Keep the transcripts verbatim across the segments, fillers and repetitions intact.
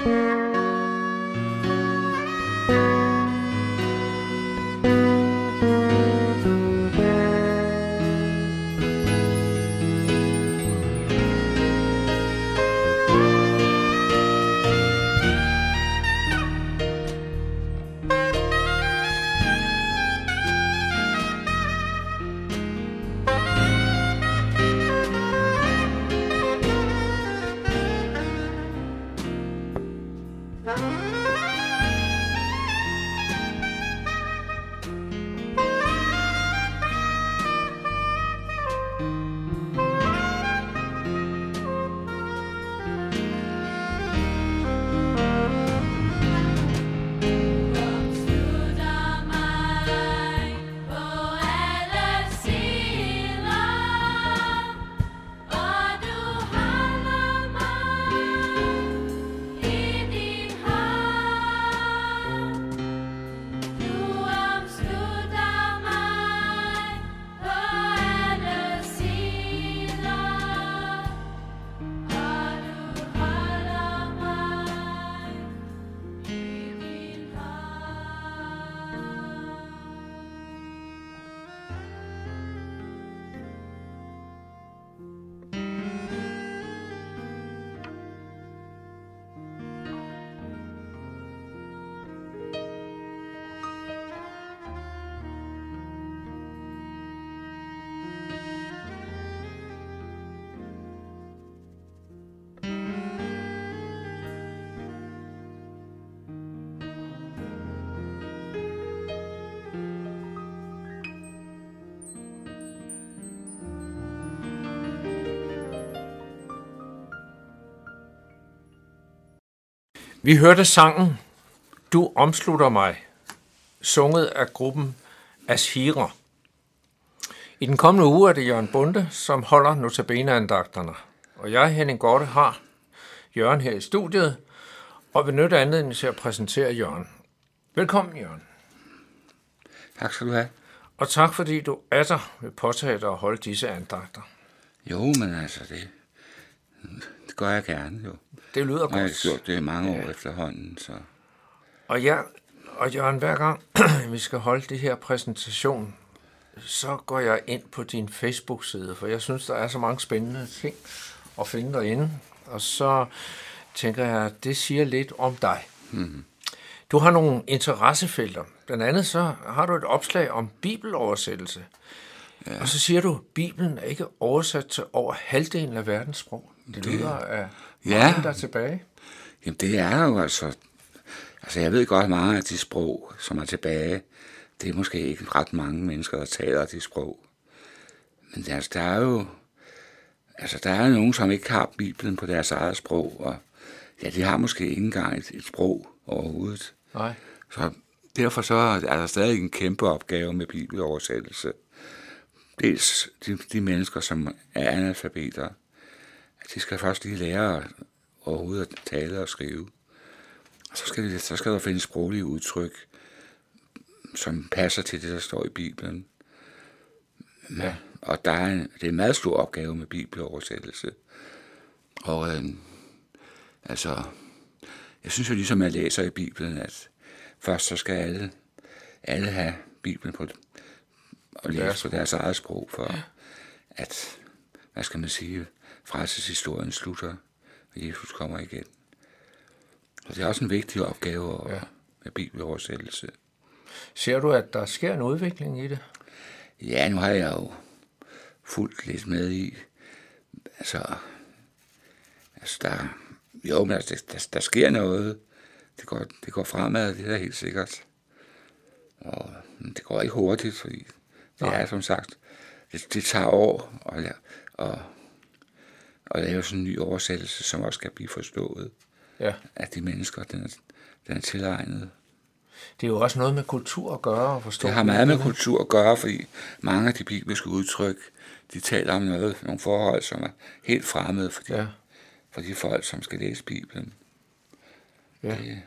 Vi hørte sangen Du omslutter mig, sunget af gruppen Ashira. I den kommende uge er det Jørgen Bonde, som holder notabeneandagterne. Og jeg, Henning Gorte, har Jørgen her i studiet, og vil nytte anledningen til at præsentere Jørgen. Velkommen, Jørgen. Tak skal du have. Og tak, fordi du er der vil påtage dig at holde disse andagter. Jo, men altså, det, det gør jeg gerne, jo. Det lyder godt. Jeg har gjort det i mange år ja. efterhånden, så... Og ja, og Jørgen, hver gang vi skal holde det her præsentation, så går jeg ind på din Facebook-side, for jeg synes, der er så mange spændende ting at finde derinde. Og så tænker jeg, at det siger lidt om dig. Mm-hmm. Du har nogle interessefelter. Blandt andet så har du et opslag om bibeloversættelse. Ja. Og så siger du, at Bibelen er ikke oversat til over halvdelen af verdens sprog. Det, det lyder af ja. der er tilbage. Jamen det er jo altså... Altså jeg ved godt meget af de sprog, som er tilbage. Det er måske ikke ret mange mennesker, der taler de sprog. Men altså, der er jo... Altså der er nogen, som ikke har Bibelen på deres eget sprog. Og ja, de har måske ikke engang et, et sprog overhovedet. Nej. Så derfor så er der stadig en kæmpe opgave med bibeloversættelse. Dels de, de mennesker, som er analfabeter, de skal først lige lære overhovedet at tale og skrive. Og så skal, de, så skal der findes sproglige udtryk, som passer til det, der står i Bibelen. Ja. Og der er en, det er en meget stor opgave med bibeloversættelse. Og øh, altså, jeg synes jo ligesom, jeg læser i Bibelen, at først så skal alle, alle have Bibelen på og læse på deres eget sprog, for ja. at, hvad skal man sige, frelseshistorien slutter, og Jesus kommer igen. Så det er også en vigtig opgave ja. med bibeloversættelse. Ser du, at der sker en udvikling i det? Ja, nu har jeg jo fulgt lidt med i, altså, altså der, jo, men altså, der, der sker noget, det går, det går fremad, det er helt sikkert, og det går ikke hurtigt, fordi det er som sagt, det, det tager år at, at, at lave sådan en ny oversættelse, som også skal blive forstået ja. af de mennesker, den er, den er tilegnet. Det er jo også noget med kultur at gøre og forstå. Det har meget med kultur at gøre, fordi mange af de bibelske udtryk, de taler om noget, nogle forhold, som er helt fremmede for de, ja. for de folk, som skal læse Bibelen. Ja. Det,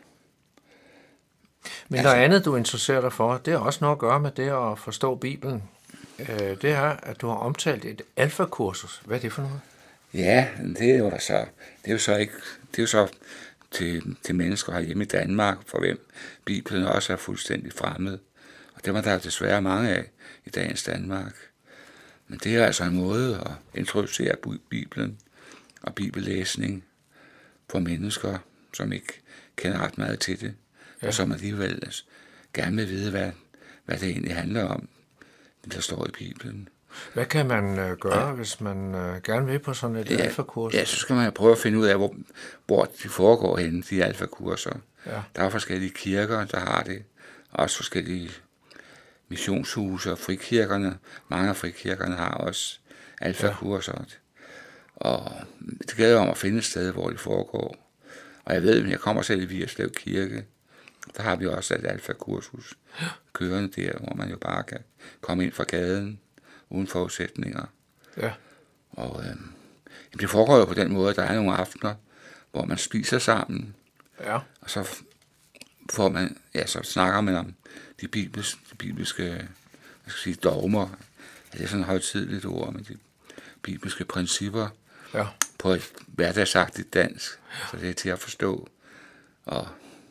Men altså, der er andet, du interesserer dig for, det har også noget at gøre med det at forstå Bibelen. Det er, at du har omtalt et alfakursus. Hvad er det for noget? Ja, det er jo så, det er jo så ikke, det er jo så til, til mennesker herhjemme i Danmark, for hvem Bibelen også er fuldstændig fremmed. Og det var der desværre mange af i dagens Danmark. Men det er altså en måde at introducere Bibelen og bibellæsning for mennesker, som ikke kender ret meget til det, ja. Og som alligevel gerne vil vide, hvad, hvad det egentlig handler om, det der står i Bibelen. Hvad kan man øh, gøre, ja. hvis man øh, gerne vil på sådan et ja, alfakursus? Ja, så skal man prøve at finde ud af, hvor, hvor de foregår henne, de alfakurser. Ja. Der er forskellige kirker, der har det, og også forskellige missionshuse og frikirkerne. Mange af frikirkerne har også alfakurser. Ja. Og det gælder om at finde et sted, hvor det foregår. Og jeg ved, at jeg kommer selv i Vigerslev Kirke. Der har vi også et alfakursus kørende der, hvor man jo bare kan komme ind fra gaden uden forudsætninger. Ja. Og øh, det foregår jo på den måde, at der er nogle aftener, hvor man spiser sammen. Ja. Og så får man, ja, så snakker man om de bibelske, de bibelske jeg skal sige, dogmer. Ja, det er sådan et højtideligt ord, med de bibelske principper. Ja. På et hverdagsagtigt dansk, så det er til at forstå. Og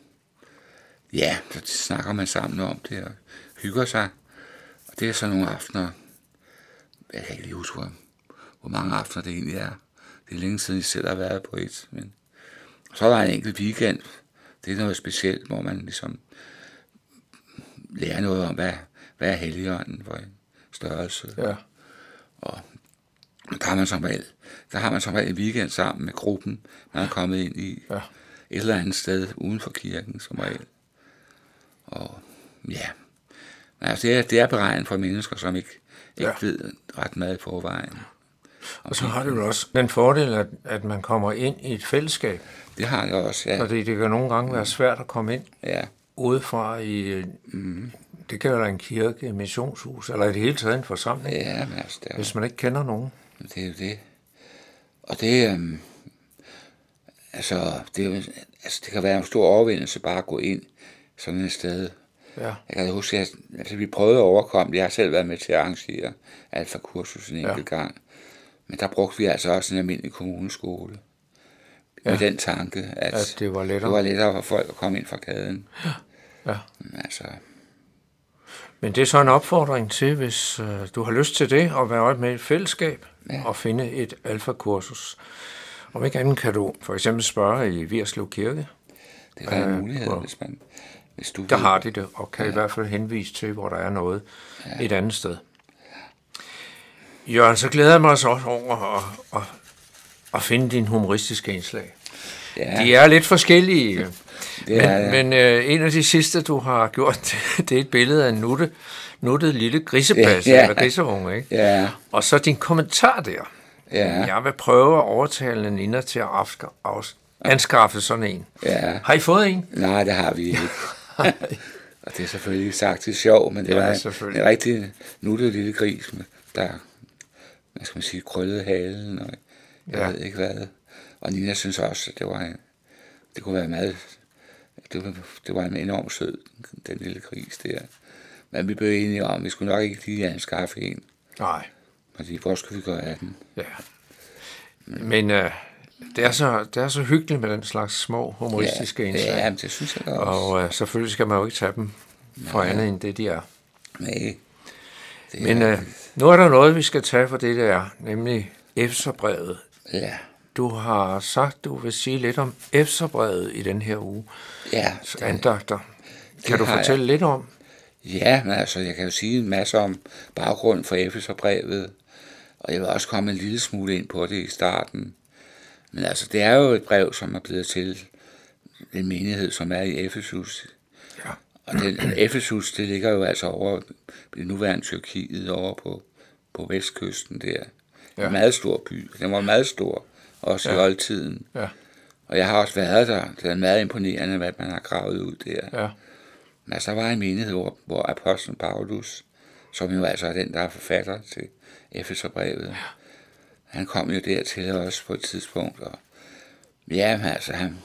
ja, så snakker man sammen om det og hygger sig. Og det er sådan nogle aftener, jeg kan ikke lige huske, hvor, hvor mange aftener det egentlig er. Det er længe siden, jeg selv har været på et. Men så er der en enkelt weekend. Det er noget specielt, hvor man ligesom lærer noget om, hvad, hvad er Helligånden for en størrelse. Ja. Og der har man som regel, der har man som regel en weekend sammen med gruppen, man er kommet ind i ja. et eller andet sted uden for kirken som regel. Og ja, men altså det er, det er beregnet for mennesker, som ikke, ikke ja. ved ret meget i forvejen. Og så har det jo også den fordel, at, at man kommer ind i et fællesskab. Det har det også, ja. Fordi det kan nogle gange være svært at komme ind ja. udefra i, mm. det kan være en kirke, et missionshus, eller i det hele taget en forsamling, ja, men altså, er, hvis man ikke kender nogen. Det er jo det. Og det, øhm, altså, det, er jo, altså, det kan være en stor overvindelse bare at gå ind sådan et sted. Ja. Jeg kan huske, at altså, vi prøvede at overkomme, jeg har selv været med til at arrangere alfakursus en enkelt ja. gang, men der brugte vi altså også en almindelig kommuneskole. Ja. Med den tanke, at, at det var lettere. det var lettere for folk at komme ind fra gaden. Ja. Ja. Men, altså, men det er så en opfordring til, hvis øh, du har lyst til det, at være med i et fællesskab ja. og finde et alfakursus. Om ikke andet kan du for eksempel spørge i Vigerslev Kirke. Det er en mulighed, hvor, hvis man... Hvis du der ved, har de det, og kan ja. i hvert fald henvise til, hvor der er noget ja. et andet sted. Jørgen, så glæder jeg mig så også over at, at, at finde dine humoristiske indslag. Ja. De er lidt forskellige, det men, er, ja. men øh, en af de sidste, du har gjort, det er et billede af en nutte, nuttet lille grisepas, ja. eller griseunge, ikke? Ja. Og så din kommentar der. Ja. Jeg vil prøve at overtale Nina til at afsk- anskaffe sådan en. Ja. Har I fået en? Nej, det har vi ikke. Og det er selvfølgelig sagt til sjov, men det ja, var en, en rigtig nuttet lille gris, der, hvad skal man sige, krøllede halen, og jeg ja. ved ikke hvad. Og Nina synes også, at det var en, det kunne være meget, det var, det var en enormt sød, den lille gris der. Men vi blev enige om, at vi skulle nok ikke lige anskaffe en. Nej. Fordi hvor skulle vi gøre af den? Ja. Men øh, det, er så, det er så hyggeligt med den slags små humoristiske ja, indslag. Ja, det synes jeg også. Og øh, selvfølgelig skal man jo ikke tage dem for ja. andet end det, de er. Nej. Det Men øh, nu er der noget, vi skal tage for det, der er, nemlig Efeserbrevet. Ja. Du har sagt, du vil sige lidt om Efeserbrevet i den her uge. Ja. Det, andagter. Kan du fortælle jeg. lidt om? Ja, men altså, jeg kan jo sige en masse om baggrunden for Efeserbrevet, og jeg vil også komme en lille smule ind på det i starten. Men altså, det er jo et brev, som er blevet til en menighed, som er i Efesus. Ja. Og den, Efesus, det ligger jo altså over det nuværende Tyrkiet, over på, på vestkysten der. Ja. En meget stor by. Den var meget stor, også ja. i oldtiden. Ja. Og jeg har også været der. Det er meget imponerende, hvad man har gravet ud der. Ja. Men altså, der var en menighed, hvor, hvor apostlen Paulus, som jo altså er den, der er forfatter til Efeserbrevet, ja. han kom jo dertil også på et tidspunkt. Og ja, men altså, han,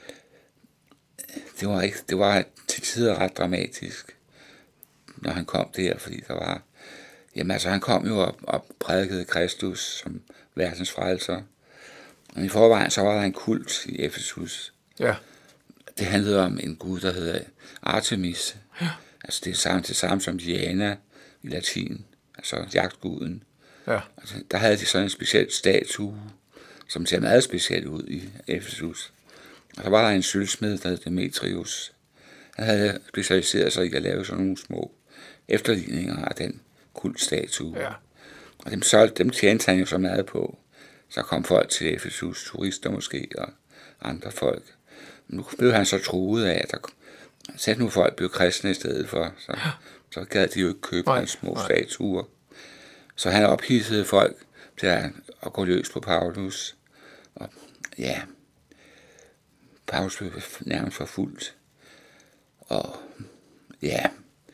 det var ikke, det var til tider ret dramatisk, når han kom der, fordi der var, jamen altså, han kom jo op og prædikede Kristus som verdens frelser. Og i forvejen, så var der en kult i Efesus, Ja. Det handlede om en gud, der hedder Artemis. Ja. Altså det er samme til samme som Diana i latin, altså jagtguden. Ja. Altså, der havde de sådan en speciel statue, som ser meget specielt ud i Efesus. Og så var der en sølvsmed, der hed Demetrius. Han havde specialiseret sig i at lave sådan nogle små efterligninger af den kultstatue. Ja. Og dem, solgte, dem tjente han jo så meget på. Så kom folk til Efesus, turister måske, og andre folk. Nu blev han så truet af, at der selv nu folk blev kristne i stedet for, så, så gad de jo ikke købe nej, hans små nej. statuer. Så han ophidsede folk til at, at gå løs på Paulus. Og ja, Paulus blev nærmest forfulgt. Og ja,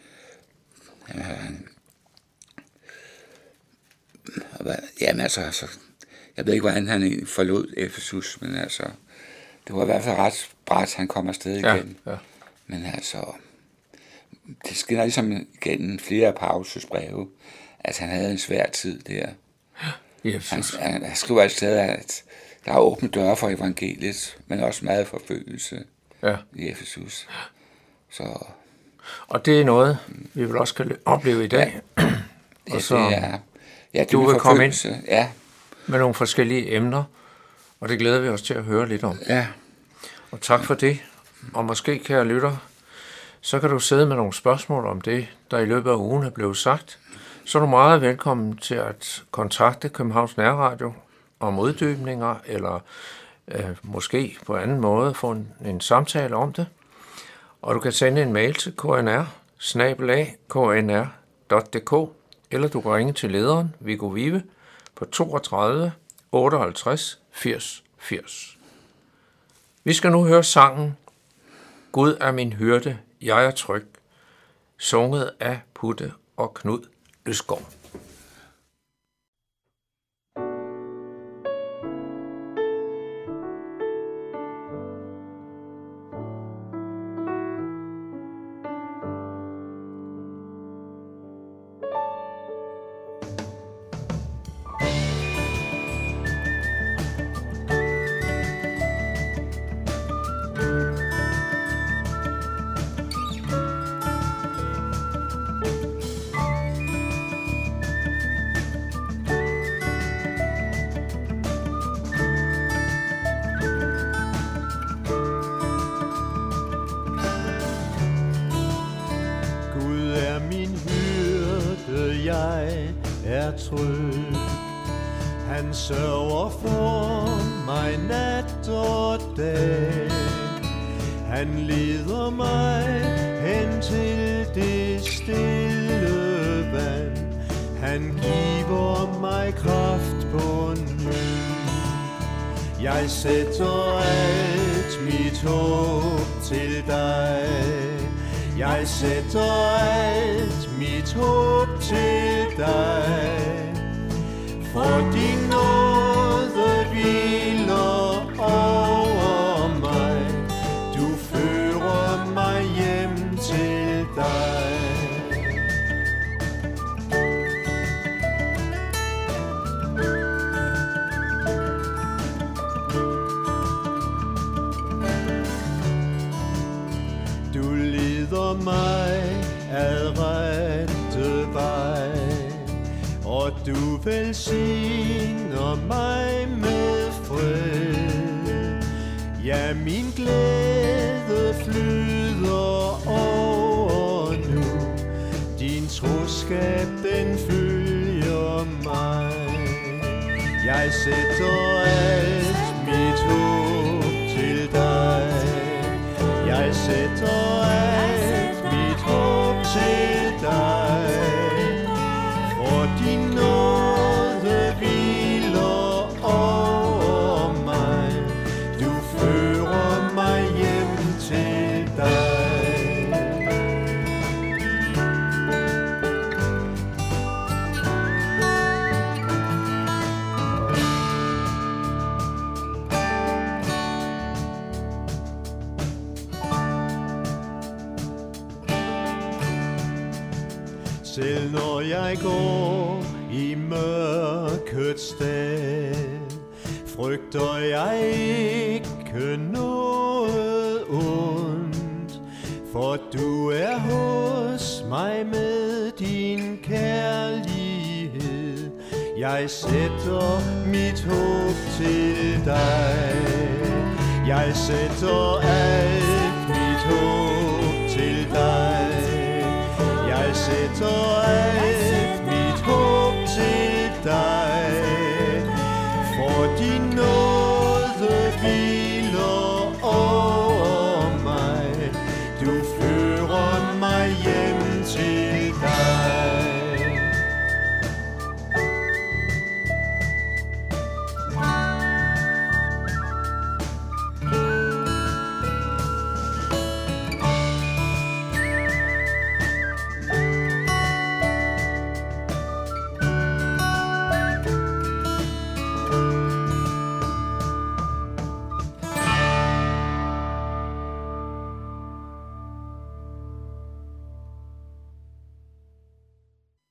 han, jamen altså, altså, jeg ved ikke, hvordan han egentlig forlod Efesus, men altså, det var i hvert fald ret bræt, han kom afsted igen. Ja, ja. Men altså, det skinner ligesom igennem flere af Paulus' breve, at han havde en svær tid der. Yes. Han, han, han skriver altid, at der er åbne døre for evangeliet, men også meget forfølgelse ja. i Efesus. Så. Og det er noget, vi vil også kan opleve i dag. Ja. Og så, det er, ja, det du vil komme ind ja. med nogle forskellige emner, og det glæder vi os til at høre lidt om. Ja. Og tak for det. Og måske, kære lytter, så kan du sidde med nogle spørgsmål om det, der i løbet af ugen er blevet sagt. Så er du meget velkommen til at kontakte Københavns Nærradio om uddybninger, eller øh, måske på anden måde få en, en samtale om det. Og du kan sende en mail til k n r bindestreg k n r punktum d k, eller du kan ringe til lederen, Viggo Vive, på toogtredive otteoghalvtreds firs firs. Vi skal nu høre sangen Gud er min hyrde, jeg er tryg, sunget af Putte og Knud Løsgaard. Tryg. Han sørger for mig nat og dag. Han leder mig hen til det stille vand. Han giver mig kraft på ny. Jeg sætter alt mit håb til dig. Jeg sætter alt mit håb til dig. For din nåde hviler over mig. Du fører mig hjem til dig. Du leder mig ad rette vej, og du velsigner mig med fred. Ja, min glæde flyder over nu. Din troskab, den følger mig. Jeg sætter alt mit håb til dig. Jeg sætter alt mit håb til dig. For din nåde hviler over mig. Du fører mig hjem til dig. Selv når jeg går i mørkets dal, frygter jeg ikke noget for du er hos mig med din kærlighed. Jeg sætter mit håb til dig. Jeg sætter alt